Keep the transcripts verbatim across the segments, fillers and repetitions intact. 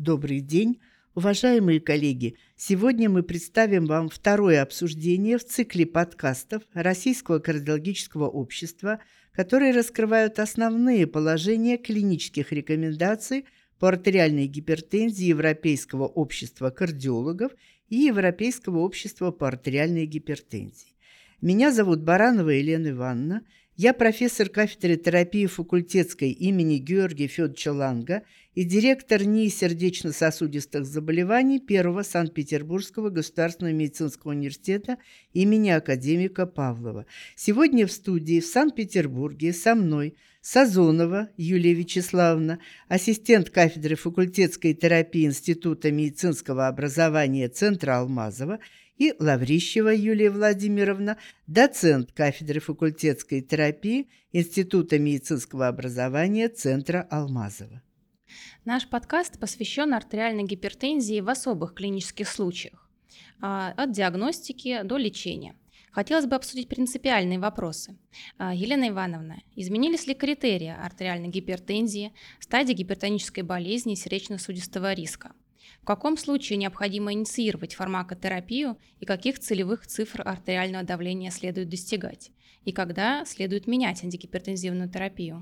Добрый день, уважаемые коллеги! Сегодня мы представим вам второе обсуждение в цикле подкастов Российского кардиологического общества, которые раскрывают основные положения клинических рекомендаций по артериальной гипертензии Европейского общества кардиологов и Европейского общества по артериальной гипертензии. Меня зовут Баранова Елена Ивановна. Я профессор кафедры терапии факультетской имени Георгия Федоровича Ланга и директор НИИ сердечно-сосудистых заболеваний Первого Санкт-Петербургского государственного медицинского университета имени академика Павлова. Сегодня в студии в Санкт-Петербурге со мной Сазонова Юлия Вячеславовна, ассистент кафедры факультетской терапии Института медицинского образования Центра Алмазова, и Лаврищева Юлия Владимировна, доцент кафедры факультетской терапии Института медицинского образования Центра Алмазова. Наш подкаст посвящен артериальной гипертензии в особых клинических случаях, от диагностики до лечения. Хотелось бы обсудить принципиальные вопросы. Елена Ивановна, изменились ли критерии артериальной гипертензии, стадии гипертонической болезни и сердечно-сосудистого риска? В каком случае необходимо инициировать фармакотерапию и каких целевых цифр артериального давления следует достигать? И когда следует менять антигипертензивную терапию?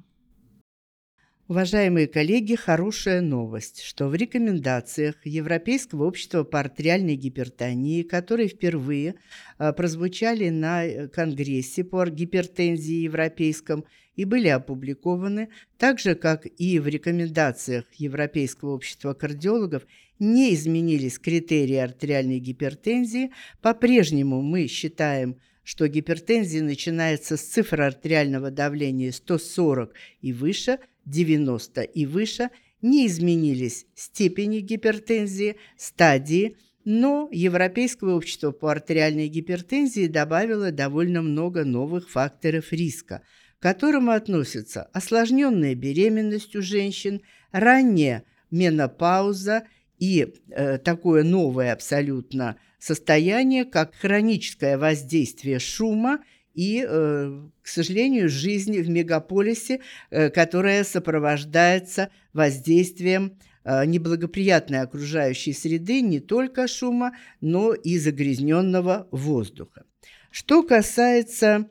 Уважаемые коллеги, хорошая новость, что в рекомендациях Европейского общества по артериальной гипертонии, которые впервые а, прозвучали на Конгрессе по гипертензии европейском и были опубликованы, так же, как и в рекомендациях Европейского общества кардиологов, не изменились критерии артериальной гипертензии. По-прежнему мы считаем, что гипертензия начинается с цифр артериального давления сто сорок и выше, девяносто и выше, не изменились степени гипертензии, стадии, но Европейское общество по артериальной гипертензии добавило довольно много новых факторов риска, к которым относятся осложненная беременность у женщин, ранняя менопауза и э, такое новое абсолютно состояние, как хроническое воздействие шума и, э, к сожалению, жизнь в мегаполисе, э, которая сопровождается воздействием э, неблагоприятной окружающей среды, не только шума, но и загрязненного воздуха. Что касается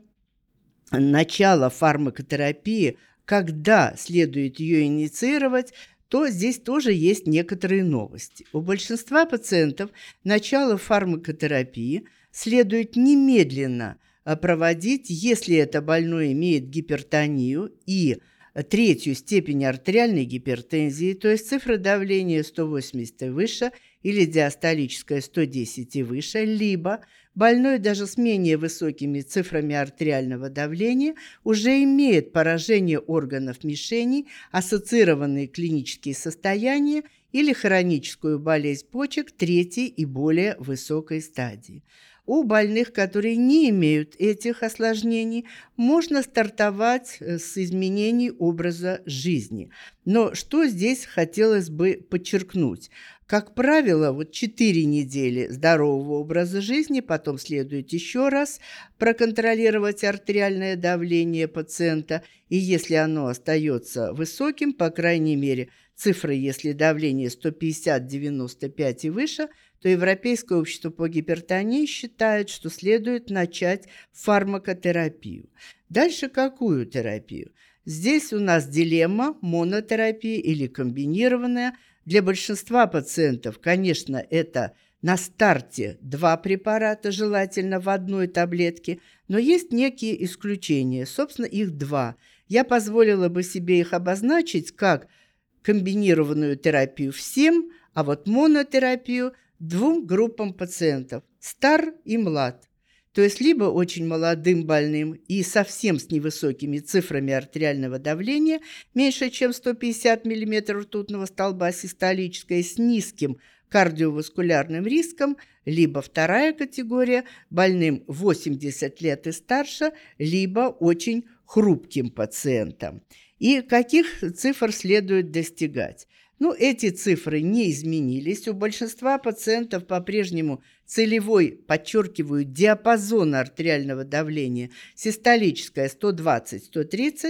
начала фармакотерапии, когда следует ее инициировать, то здесь тоже есть некоторые новости. У большинства пациентов начало фармакотерапии следует немедленно проводить, если это больной имеет гипертонию и третью степень артериальной гипертензии, то есть цифра давления сто восемьдесят и выше или диастолическая сто десять и выше, либо больной даже с менее высокими цифрами артериального давления уже имеет поражение органов мишеней, ассоциированные клинические состояния или хроническую болезнь почек третьей и более высокой стадии. У больных, которые не имеют этих осложнений, можно стартовать с изменений образа жизни. Но что здесь хотелось бы подчеркнуть? Как правило, вот четыре недели здорового образа жизни, потом следует еще раз проконтролировать артериальное давление пациента, и если оно остается высоким, по крайней мере, цифры, если давление сто пятьдесят девяносто пять и выше, то Европейское общество по гипертонии считает, что следует начать фармакотерапию. Дальше какую терапию? Здесь у нас дилемма: монотерапия или комбинированная. Для большинства пациентов, конечно, это на старте два препарата, желательно в одной таблетке, но есть некие исключения, собственно, их два. Я позволила бы себе их обозначить как комбинированную терапию всем, а вот монотерапию двум группам пациентов – стар и млад. То есть либо очень молодым больным и совсем с невысокими цифрами артериального давления, меньше чем сто пятьдесят миллиметров ртутного столба систолической, с низким кардиоваскулярным риском, либо вторая категория – больным восемьдесят лет и старше, либо очень хрупким пациентам. И каких цифр следует достигать? Ну, эти цифры не изменились. У большинства пациентов по-прежнему целевой, подчеркиваю, диапазон артериального давления систолическое сто двадцать - сто тридцать,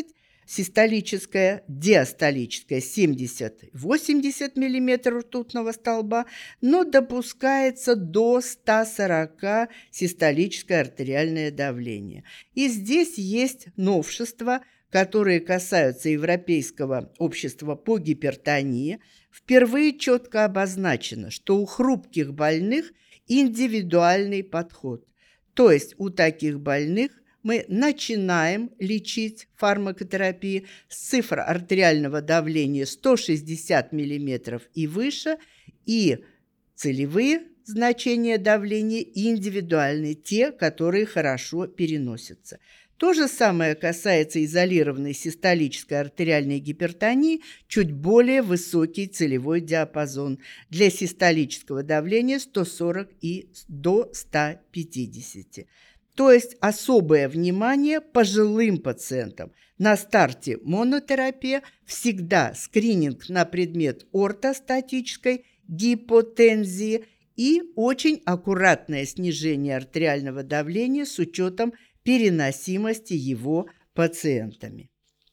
систолическая, диастолическая семьдесят-восемьдесят миллиметров ртутного столба, но допускается до ста сорока систолическое артериальное давление. И здесь есть новшества, которые касаются Европейского общества по гипертонии. Впервые четко обозначено, что у хрупких больных индивидуальный подход. То есть у таких больных мы начинаем лечить фармакотерапией с цифр артериального давления сто шестьдесят миллиметров и выше, и целевые значения давления индивидуальные, те, которые хорошо переносятся. То же самое касается изолированной систолической артериальной гипертонии, чуть более высокий целевой диапазон для систолического давления сто сорок и до ста пятидесяти. То есть особое внимание пожилым пациентам. На старте монотерапия, всегда скрининг на предмет ортостатической гипотензии и очень аккуратное снижение артериального давления с учетом переносимости его пациентами.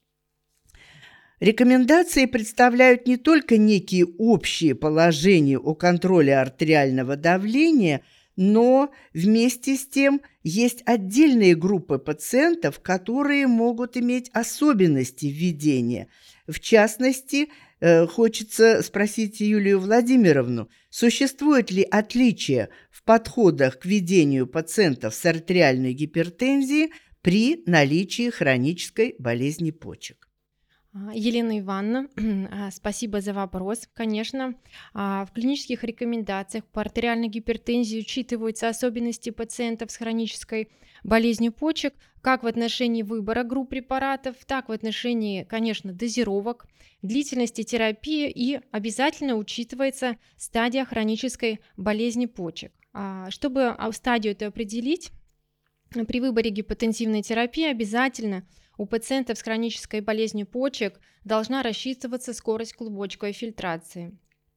Рекомендации представляют не только некие общие положения о контроле артериального давления, но вместе с тем есть отдельные группы пациентов, которые могут иметь особенности введения. В частности, хочется спросить Юлию Владимировну, существует ли отличие в подходах к ведению пациентов с артериальной гипертензией при наличии хронической болезни почек? Елена Ивановна, спасибо за вопрос. Конечно, в клинических рекомендациях по артериальной гипертензии учитываются особенности пациентов с хронической болезнью почек, как в отношении выбора групп препаратов, так в отношении, конечно, дозировок, длительности терапии, и обязательно учитывается стадия хронической болезни почек. Чтобы стадию эту определить, при выборе гипотензивной терапии обязательно у пациентов с хронической болезнью почек должна рассчитываться скорость клубочковой фильтрации.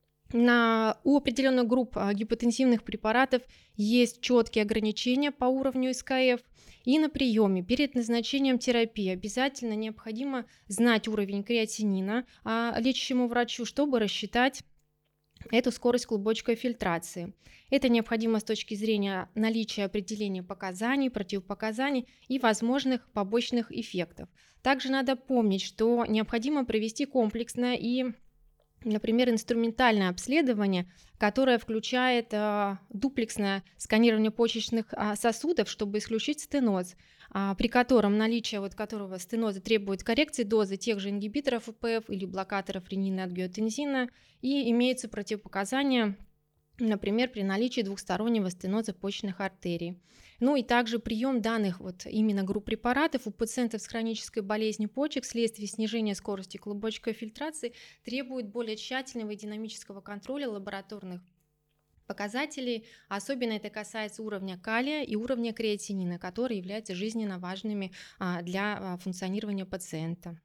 На, у определенных групп гипотензивных препаратов есть четкие ограничения по уровню эс ка эф, и на приеме перед назначением терапии обязательно необходимо знать уровень креатинина лечащему врачу, чтобы рассчитать эту скорость клубочковой фильтрации. Это необходимо с точки зрения наличия определения показаний, противопоказаний и возможных побочных эффектов. Также надо помнить, что необходимо провести комплексное и, например, инструментальное обследование, которое включает э, дуплексное сканирование почечных э, сосудов, чтобы исключить стеноз, э, при котором наличие вот которого стеноза требует коррекции дозы тех же ингибиторов эй пи эф или блокаторов ренина и ангиотензина, и имеются противопоказания, например, при наличии двухстороннего стеноза почечных артерий. Ну и также прием данных вот именно групп препаратов у пациентов с хронической болезнью почек вследствие снижения скорости клубочковой фильтрации требует более тщательного и динамического контроля лабораторных показателей. Особенно это касается уровня калия и уровня креатинина, которые являются жизненно важными для функционирования пациента.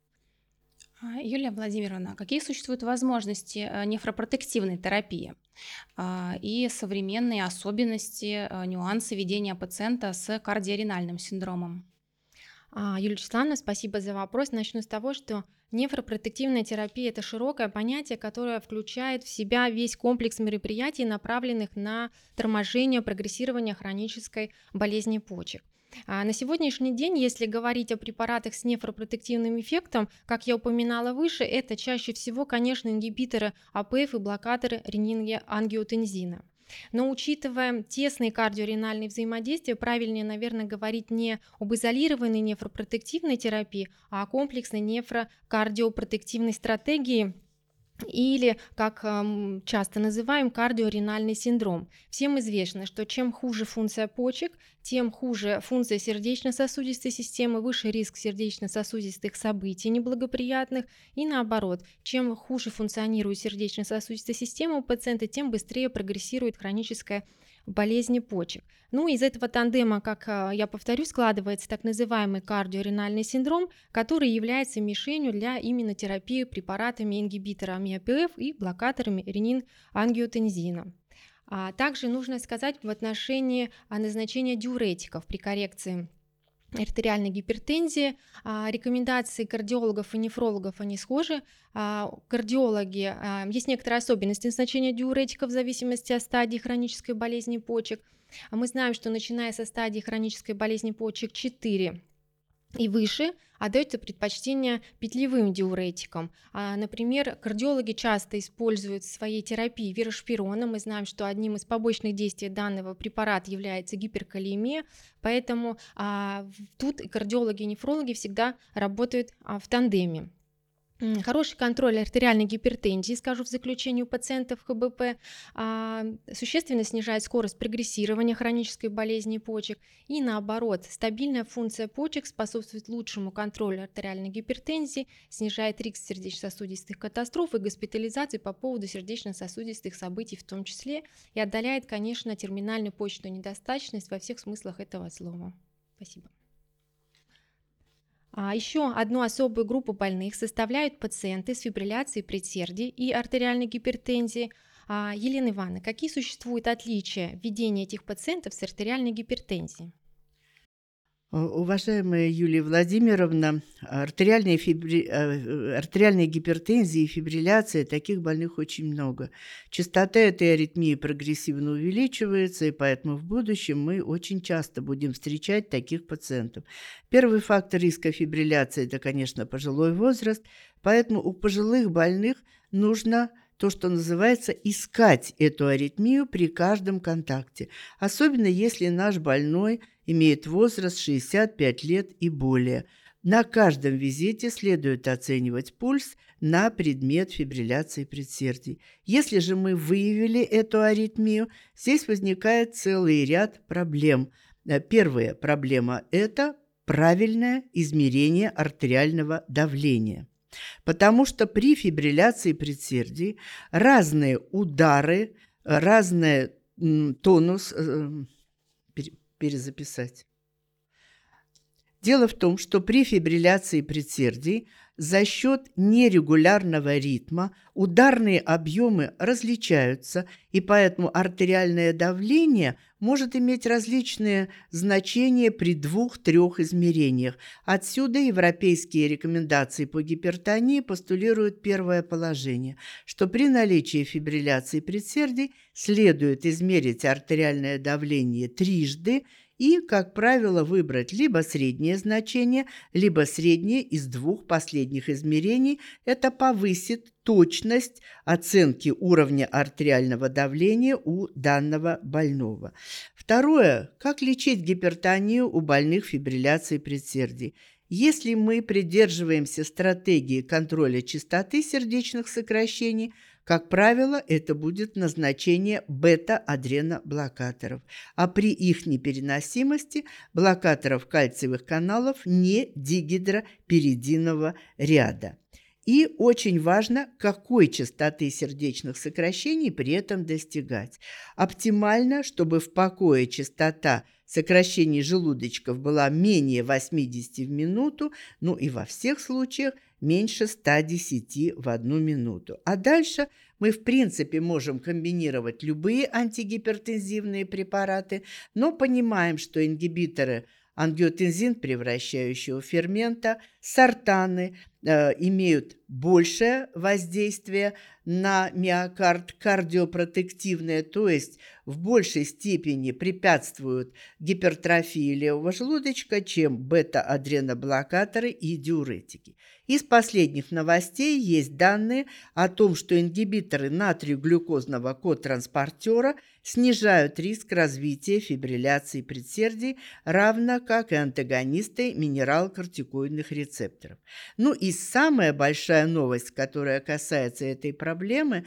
Юлия Владимировна, какие существуют возможности нефропротективной терапии и современные особенности, нюансы ведения пациента с кардиоренальным синдромом? Юлия Вячеславовна, спасибо за вопрос. Начну с того, что нефропротективная терапия – это широкое понятие, которое включает в себя весь комплекс мероприятий, направленных на торможение прогрессирования хронической болезни почек. А на сегодняшний день, если говорить о препаратах с нефропротективным эффектом, как я упоминала выше, это чаще всего, конечно, ингибиторы а пэ эф и блокаторы ренин-ангиотензина. Но учитывая тесные кардиоренальные взаимодействия, правильнее, наверное, говорить не об изолированной нефропротективной терапии, а о комплексной нефрокардиопротективной стратегии, или, как э, часто называем, кардиоренальный синдром. Всем известно, что чем хуже функция почек, тем хуже функция сердечно-сосудистой системы, выше риск сердечно-сосудистых событий неблагоприятных, и наоборот, чем хуже функционирует сердечно-сосудистая система у пациента, тем быстрее прогрессирует хроническая болезни почек. Ну, из этого тандема, как я повторю, складывается так называемый кардиоренальный синдром, который является мишенью для именно терапии препаратами ингибиторами а пэ эф и блокаторами ренин-ангиотензина. А также нужно сказать в отношении назначения диуретиков при коррекции артериальной гипертензии. А, Рекомендации кардиологов и нефрологов, они схожи. А, Кардиологи, а, есть некоторые особенности назначения диуретиков в зависимости от стадии хронической болезни почек. А Мы знаем, что начиная со стадии хронической болезни почек четыре и выше отдается предпочтение петлевым диуретикам. А, Например, кардиологи часто используют в своей терапии верошпирона. Мы знаем, что одним из побочных действий данного препарата является гиперкалемия, поэтому а, в- тут и кардиологи и нефрологи всегда работают а, в тандеме. М, Хороший контроль артериальной гипертензии, скажу в заключении, у пациентов ха бэ пэ а, существенно снижает скорость прогрессирования хронической болезни почек, и наоборот, стабильная функция почек способствует лучшему контролю артериальной гипертензии, снижает риск сердечно-сосудистых катастроф и госпитализаций по поводу сердечно-сосудистых событий в том числе, и отдаляет, конечно, терминальную почечную недостаточность во всех смыслах этого слова. Спасибо. А еще одну особую группу больных составляют пациенты с фибрилляцией предсердий и артериальной гипертензией. А, Елена Ивановна, какие существуют отличия ведения этих пациентов с артериальной гипертензией? Э, Уважаемая Юлия Владимировна, артериальные фибри- э, артериальная гипертензия и фибрилляция, таких больных очень много. Частота этой аритмии прогрессивно увеличивается, и поэтому в будущем мы очень часто будем встречать таких пациентов. Первый фактор риска фибрилляции – это, конечно, пожилой возраст, поэтому у пожилых больных нужно то, что называется, искать эту аритмию при каждом контакте, особенно если наш больной имеет возраст шестьдесят пять лет и более. На каждом визите следует оценивать пульс на предмет фибрилляции предсердий. Если же мы выявили эту аритмию, здесь возникает целый ряд проблем. Э, Первая проблема – это правильное измерение артериального давления. Потому что при фибрилляции предсердий разные удары, разный м, тонус, э, пере- перезаписать. Дело в том, что при фибрилляции предсердий за счет нерегулярного ритма ударные объемы различаются, и поэтому артериальное давление может иметь различные значения при двух-трех измерениях. Отсюда европейские рекомендации по гипертонии постулируют первое положение, что при наличии фибрилляции предсердий следует измерить артериальное давление трижды, и, как правило, выбрать либо среднее значение, либо среднее из двух последних измерений. Это повысит точность оценки уровня артериального давления у данного больного. Второе. Как лечить гипертонию у больных фибрилляцией предсердий? Если мы придерживаемся стратегии контроля частоты сердечных сокращений, как правило, это будет назначение бета-адреноблокаторов, а при их непереносимости блокаторов кальциевых каналов не дигидропиридинового ряда. И очень важно, какой частоты сердечных сокращений при этом достигать. Оптимально, чтобы в покое частота сокращений желудочков была менее восьмидесяти в минуту, ну и во всех случаях меньше ста десяти в одну минуту. А дальше мы, в принципе, можем комбинировать любые антигипертензивные препараты, но понимаем, что ингибиторы ангиотензин превращающего фермента, сортаны э, имеют большее воздействие на миокард, кардиопротективное, то есть в большей степени препятствуют гипертрофии левого желудочка, чем бета-адреноблокаторы и диуретики. Из последних новостей есть данные о том, что ингибиторы натрий-глюкозного котранспортера снижают риск развития фибрилляции предсердий, равно как и антагонисты минералкортикоидных рецепторов. Ну и самая большая новость, которая касается этой проблемы,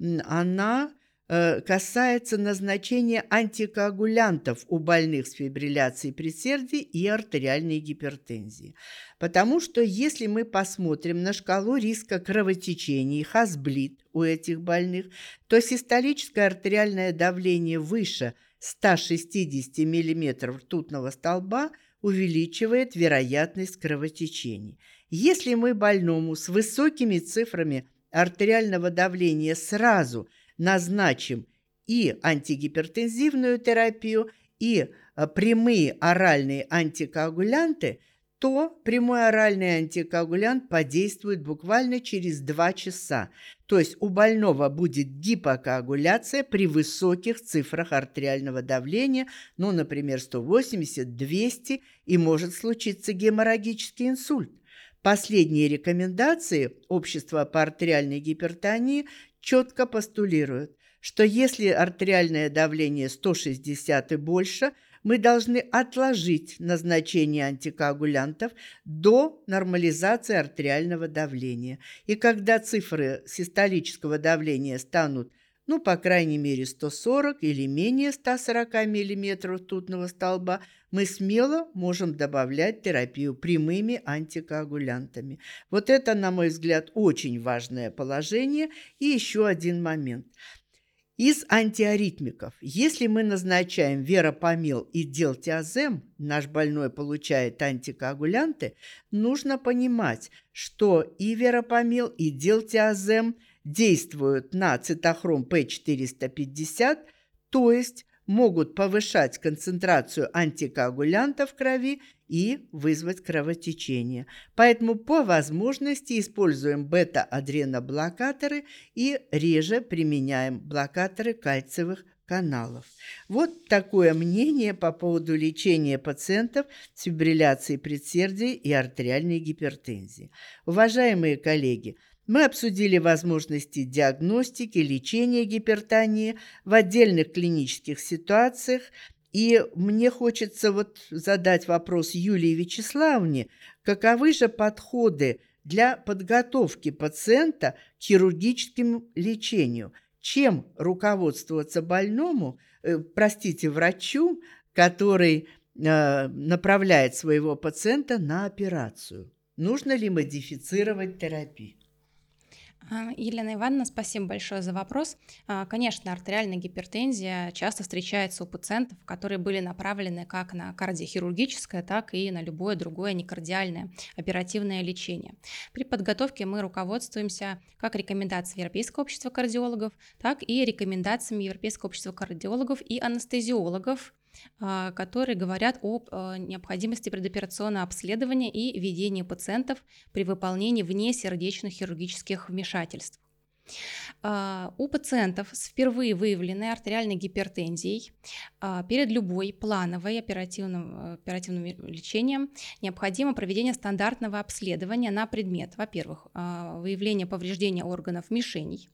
она касается назначения антикоагулянтов у больных с фибрилляцией предсердий и артериальной гипертензии. Потому что если мы посмотрим на шкалу риска кровотечений, хасблит у этих больных, то систолическое артериальное давление выше ста шестидесяти миллиметров ртутного столба увеличивает вероятность кровотечений. Если мы больному с высокими цифрами артериального давления сразу назначим и антигипертензивную терапию, и а, прямые оральные антикоагулянты, то прямой оральный антикоагулянт подействует буквально через два часа. То есть у больного будет гипокоагуляция при высоких цифрах артериального давления, ну, например, сто восемьдесят - двести, и может случиться геморрагический инсульт. Последние рекомендации Общества по артериальной гипертонии четко постулируют, что если артериальное давление сто шестьдесят и больше, мы должны отложить назначение антикоагулянтов до нормализации артериального давления. И когда цифры систолического давления станут, ну, по крайней мере, сто сорок или менее ста сорока миллиметров ртутного столба, мы смело можем добавлять терапию прямыми антикоагулянтами. Вот это, на мой взгляд, очень важное положение. И еще один момент. Из антиаритмиков, если мы назначаем веропамил и делтиазем, наш больной получает антикоагулянты, нужно понимать, что и веропамил, и делтиазем действуют на цитохром П четыреста пятьдесят, то есть могут повышать концентрацию антикоагулянта в крови и вызвать кровотечение. Поэтому по возможности используем бета-адреноблокаторы и реже применяем блокаторы кальциевых каналов. Вот такое мнение по поводу лечения пациентов с фибрилляцией предсердий и артериальной гипертензии. Уважаемые коллеги, мы обсудили возможности диагностики, лечения гипертонии в отдельных клинических ситуациях. И мне хочется вот задать вопрос Юлии Вячеславовне, каковы же подходы для подготовки пациента к хирургическому лечению? Чем руководствоваться больному, э, простите, врачу, который э, направляет своего пациента на операцию? Нужно ли модифицировать терапию? Елена Ивановна, спасибо большое за вопрос. Конечно, артериальная гипертензия часто встречается у пациентов, которые были направлены как на кардиохирургическое, так и на любое другое некардиальное оперативное лечение. При подготовке мы руководствуемся как рекомендациями Европейского общества кардиологов, так и рекомендациями Европейского общества кардиологов и анестезиологов, которые говорят об необходимости предоперационного обследования и ведения пациентов при выполнении внесердечных хирургических вмешательств. У пациентов с впервые выявленной артериальной гипертензией перед любой плановой оперативным, оперативным лечением необходимо проведение стандартного обследования на предмет, во-первых, выявления повреждения органов мишеней,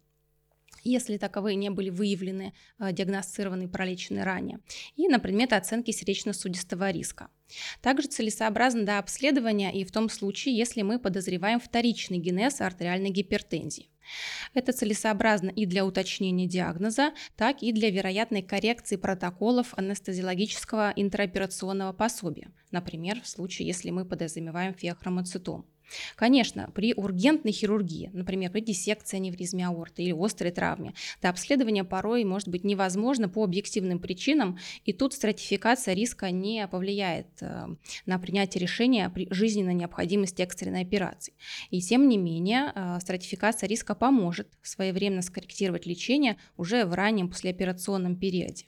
если таковые не были выявлены, диагностированы и пролечены ранее, и на предмет оценки сердечно-сосудистого риска. Также целесообразно до обследования и в том случае, если мы подозреваем вторичный генез артериальной гипертензии. Это целесообразно и для уточнения диагноза, так и для вероятной коррекции протоколов анестезиологического интраоперационного пособия, например, в случае, если мы подразумеваем феохромоцитом. Конечно, при ургентной хирургии, например, при диссекции аневризмы аорты или острой травме, до обследования порой может быть невозможно по объективным причинам, и тут стратификация риска не повлияет на принятие решения при жизненной необходимости экстренной операции. И тем не менее, стратификация риска поможет своевременно скорректировать лечение уже в раннем послеоперационном периоде.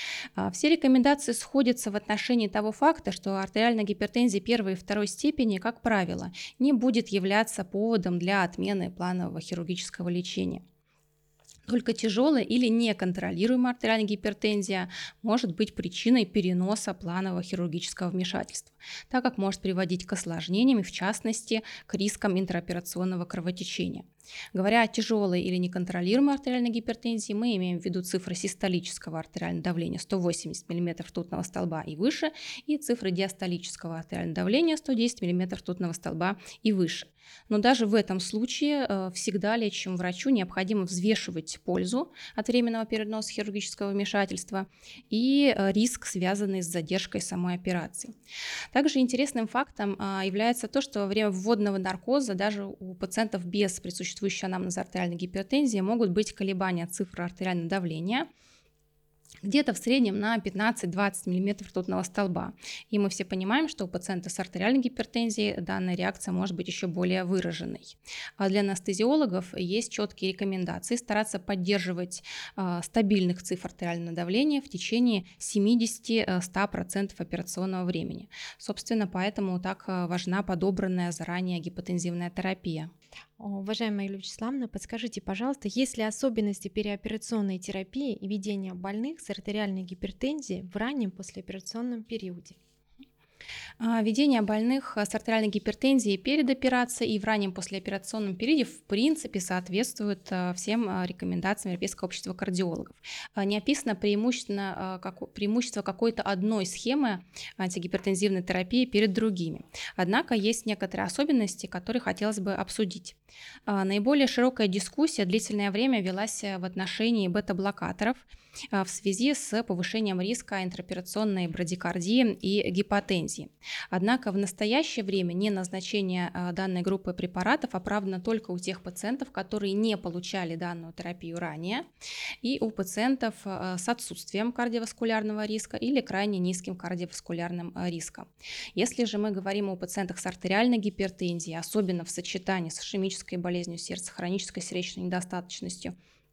Все рекомендации сходятся в отношении того факта, что артериальная гипертензия первой и второй степени, как правило, не будет являться поводом для отмены планового хирургического лечения. Только тяжелая или неконтролируемая артериальная гипертензия может быть причиной переноса планового хирургического вмешательства, так как может приводить к осложнениям и, в частности, к рискам интраоперационного кровотечения. Говоря о тяжелой или неконтролируемой артериальной гипертензии, мы имеем в виду цифры систолического артериального давления сто восемьдесят миллиметров ртутного столба и выше, и цифры диастолического артериального давления сто десять миллиметров ртутного столба и выше. Но даже в этом случае всегда лечащему врачу необходимо взвешивать пользу от временного переноса хирургического вмешательства и риск, связанный с задержкой самой операции. Также интересным фактом является то, что во время вводного наркоза даже у пациентов без присуществующей анамнеза артериальной гипертензии могут быть колебания цифры артериального давления, где-то в среднем на пятнадцать-двадцать миллиметров ртутного столба. И мы все понимаем, что у пациента с артериальной гипертензией данная реакция может быть еще более выраженной. А для анестезиологов есть четкие рекомендации стараться поддерживать а, стабильных цифр артериального давления в течение семьдесят-сто процентов операционного времени. Собственно, поэтому так а, важна подобранная заранее гипотензивная терапия. Уважаемая Юлия Вячеславовна, подскажите, пожалуйста, есть ли особенности переоперационной терапии и ведения больных с артериальной гипертензией в раннем послеоперационном периоде? А, Ведение больных с артериальной гипертензией перед операцией и в раннем послеоперационном периоде в принципе соответствует а, всем а, рекомендациям Европейского общества кардиологов. А, Не описано преимущественно, а, как- преимущество какой-то одной схемы антигипертензивной терапии перед другими. Однако есть некоторые особенности, которые хотелось бы обсудить. А, Наиболее широкая дискуссия длительное время велась а, в отношении бета-блокаторов а, в связи с повышением риска интраоперационной брадикардии и гипотензии. Однако в настоящее время не назначение а, данной группы препаратов оправдано только у тех пациентов, которые не получали данную терапию ранее, и у пациентов а, с отсутствием кардиоваскулярного риска или крайне низким кардиоваскулярным а, риском. Если же мы говорим о пациентах с артериальной гипертензией, особенно в сочетании с ишемической болезнью сердца, хронической сердечной недостаточностью,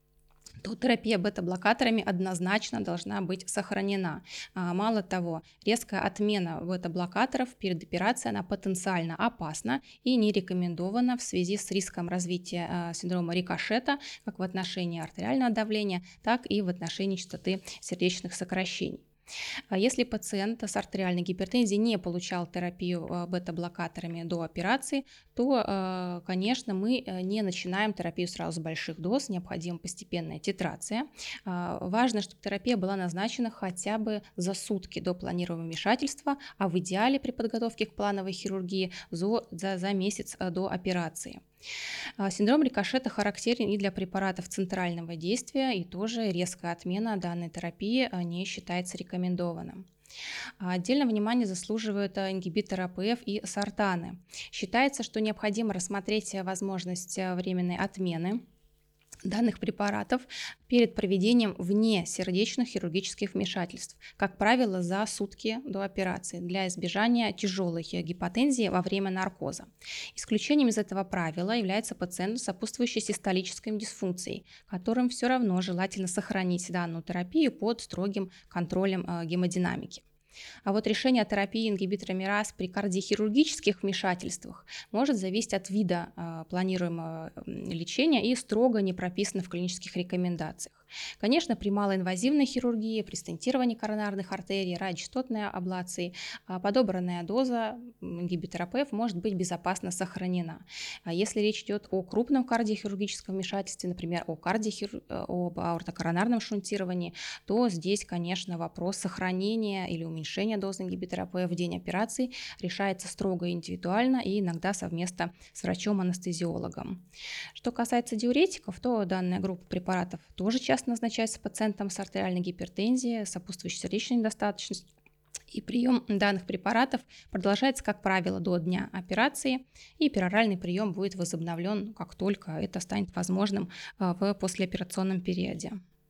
то терапия бета-блокаторами однозначно должна быть сохранена. А, Мало того, резкая отмена бета-блокаторов перед операцией она потенциально опасна и не рекомендована в связи с риском развития а, синдрома рикошета как в отношении артериального давления, так и в отношении частоты сердечных сокращений. А Если пациент с артериальной гипертензией не получал терапию э, бета-блокаторами до операции, то, э, конечно, мы э, не начинаем терапию сразу с больших доз, необходима постепенная титрация. А, Важно, чтобы терапия была назначена хотя бы за сутки до планируемого вмешательства, а в идеале при подготовке к плановой хирургии за, за, за месяц э, до операции. А, Синдром рикошета характерен и для препаратов центрального действия, и тоже резкая отмена данной терапии а, не считается рекомендованным. А Отдельно внимание заслуживают а, ингибиторы А П Ф и сортаны. Считается, что необходимо рассмотреть а, возможность а, временной отмены данных препаратов перед проведением внесердечных хирургических вмешательств, как правило, за сутки до операции, для избежания тяжелой гипотензии во время наркоза. Исключением из этого правила является пациент с сопутствующей систолической дисфункцией, которым все равно желательно сохранить данную терапию под строгим контролем э, гемодинамики. А вот решение о терапии ингибиторами РАС при кардиохирургических вмешательствах может зависеть от вида э, планируемого м, лечения и строго не прописано в клинических рекомендациях. Конечно, при малоинвазивной хирургии, при стентировании коронарных артерий, радиочастотной аблации а, подобранная доза ингибитора А П Ф может быть безопасно сохранена. А если речь идет о крупном кардиохирургическом вмешательстве, например, о кардиохир... об аортокоронарном шунтировании, то здесь, конечно, вопрос сохранения или уменьшения дозы ингибитора А П Ф в день операции решается строго индивидуально и иногда совместно с врачом-анестезиологом. Что касается диуретиков, то данная группа препаратов тоже часто назначается пациентам с артериальной гипертензией, сопутствующей сердечной недостаточностью. И прием данных препаратов продолжается, как правило, до дня операции, и пероральный прием будет возобновлен, как только это станет возможным в послеоперационном периоде.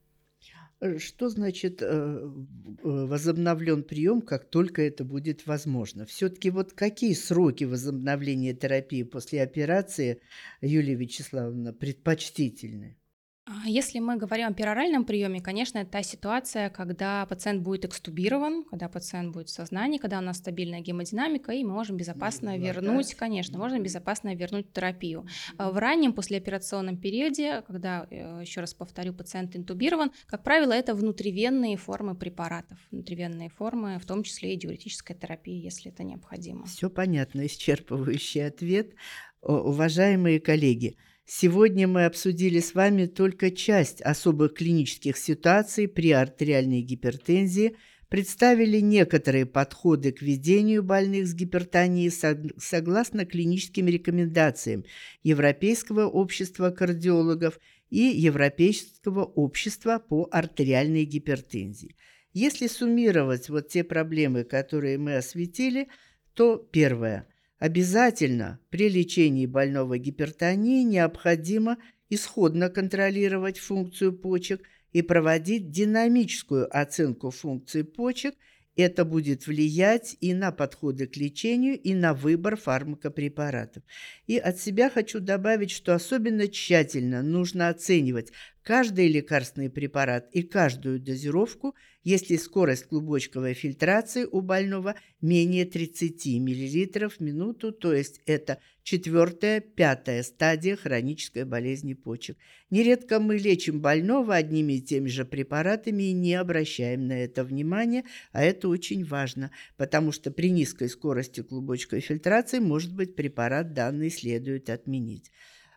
Что значит э, возобновлен прием, как только это будет возможно? Все-таки вот какие сроки возобновления терапии после операции, Юлия Вячеславовна, предпочтительны? А Если мы говорим о пероральном приеме, конечно, это та ситуация, когда пациент будет экстубирован, когда пациент будет в сознании, когда у нас стабильная гемодинамика, и мы можем безопасно вернуть, конечно, можно безопасно вернуть терапию. А В раннем послеоперационном периоде, когда, э, еще раз повторю, пациент интубирован, как правило, это внутривенные формы препаратов, внутривенные формы, в том числе и диуретическая терапия, если это необходимо. Все понятно, исчерпывающий ответ. О, Уважаемые коллеги, сегодня мы обсудили с вами только часть особых клинических ситуаций при артериальной гипертензии, представили некоторые подходы к ведению больных с гипертонией сог- согласно клиническим рекомендациям Европейского общества кардиологов и Европейского общества по артериальной гипертензии. Если суммировать вот те проблемы, которые мы осветили, то первое. Обязательно при лечении больного гипертонии необходимо исходно контролировать функцию почек и проводить динамическую оценку функций почек. Это будет влиять и на подходы к лечению, и на выбор фармакопрепаратов. И от себя хочу добавить, что особенно тщательно нужно оценивать каждый лекарственный препарат и каждую дозировку, если скорость клубочковой фильтрации у больного менее тридцати миллилитров в минуту, то есть это четвертая, пятая стадия хронической болезни почек. Нередко мы лечим больного одними и теми же препаратами и не обращаем на это внимания, а это очень важно, потому что при низкой скорости клубочковой фильтрации, может быть, препарат данный следует отменить.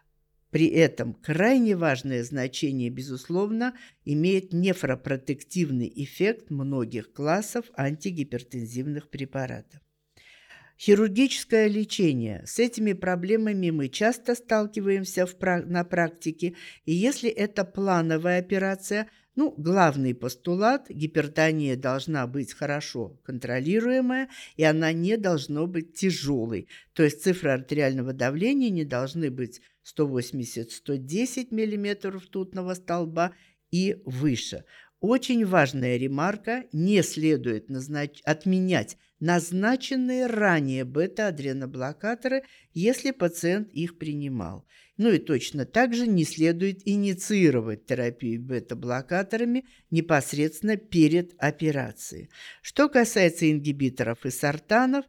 При этом крайне важное значение, безусловно, имеет нефропротективный эффект многих классов антигипертензивных препаратов. Хирургическое лечение. С этими проблемами мы часто сталкиваемся в, на практике, и если это плановая операция, ну, главный постулат – гипертония должна быть хорошо контролируемая, и она не должна быть тяжелой. То есть цифры артериального давления не должны быть сто восемьдесят - сто десять миллиметров ртутного столба и выше. Очень важная ремарка – не следует назнач... отменять назначенные ранее бета-адреноблокаторы, если пациент их принимал. Ну и точно так же не следует инициировать терапию бета-блокаторами непосредственно перед операцией. Что касается ингибиторов и сортанов,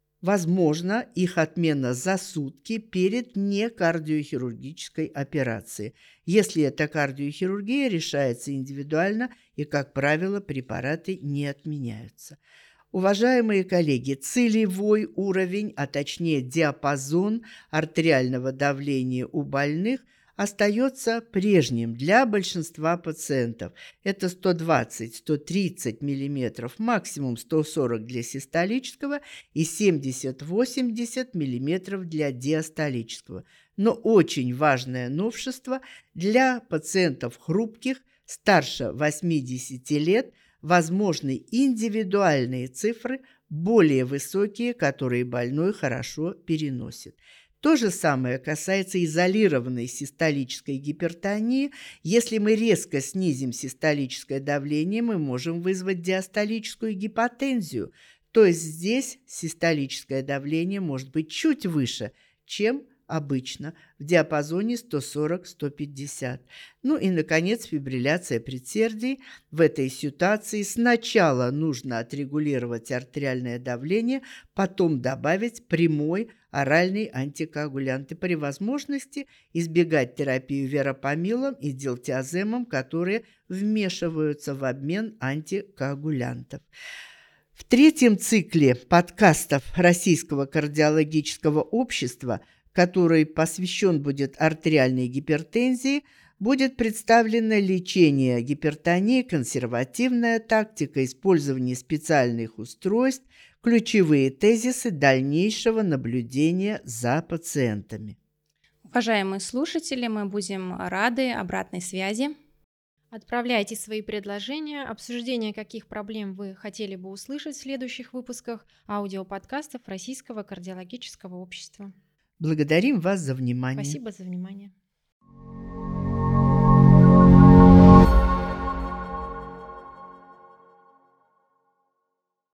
возможно их отмена за сутки перед некардиохирургической операцией. Если это кардиохирургия, решается индивидуально и, как правило, препараты не отменяются. Уважаемые коллеги, целевой уровень, а точнее диапазон артериального давления у больных остается прежним для большинства пациентов. Это сто двадцать - сто тридцать миллиметров, максимум сто сорок для систолического и семьдесят - восемьдесят миллиметров для диастолического. Но очень важное новшество для пациентов хрупких, старше восьмидесяти лет, возможны индивидуальные цифры, более высокие, которые больной хорошо переносит. То же самое касается изолированной систолической гипертонии. Если мы резко снизим систолическое давление, мы можем вызвать диастолическую гипотензию. То есть здесь систолическое давление может быть чуть выше, чем обычно, в диапазоне сто сорок - сто пятьдесят. Ну и, наконец, фибрилляция предсердий. В этой ситуации сначала нужно отрегулировать артериальное давление, потом добавить прямой оральный антикоагулянт и при возможности избегать терапию верапамилом и дилтиаземом, которые вмешиваются в обмен антикоагулянтов. В третьем цикле подкастов Российского кардиологического общества, который посвящен будет артериальной гипертензии, будет представлено лечение гипертонии, консервативная тактика, использование специальных устройств, ключевые тезисы дальнейшего наблюдения за пациентами. Уважаемые слушатели, мы будем рады обратной связи. Отправляйте свои предложения, обсуждение каких проблем вы хотели бы услышать в следующих выпусках аудиоподкастов Российского кардиологического общества. Благодарим вас за внимание. Спасибо за внимание.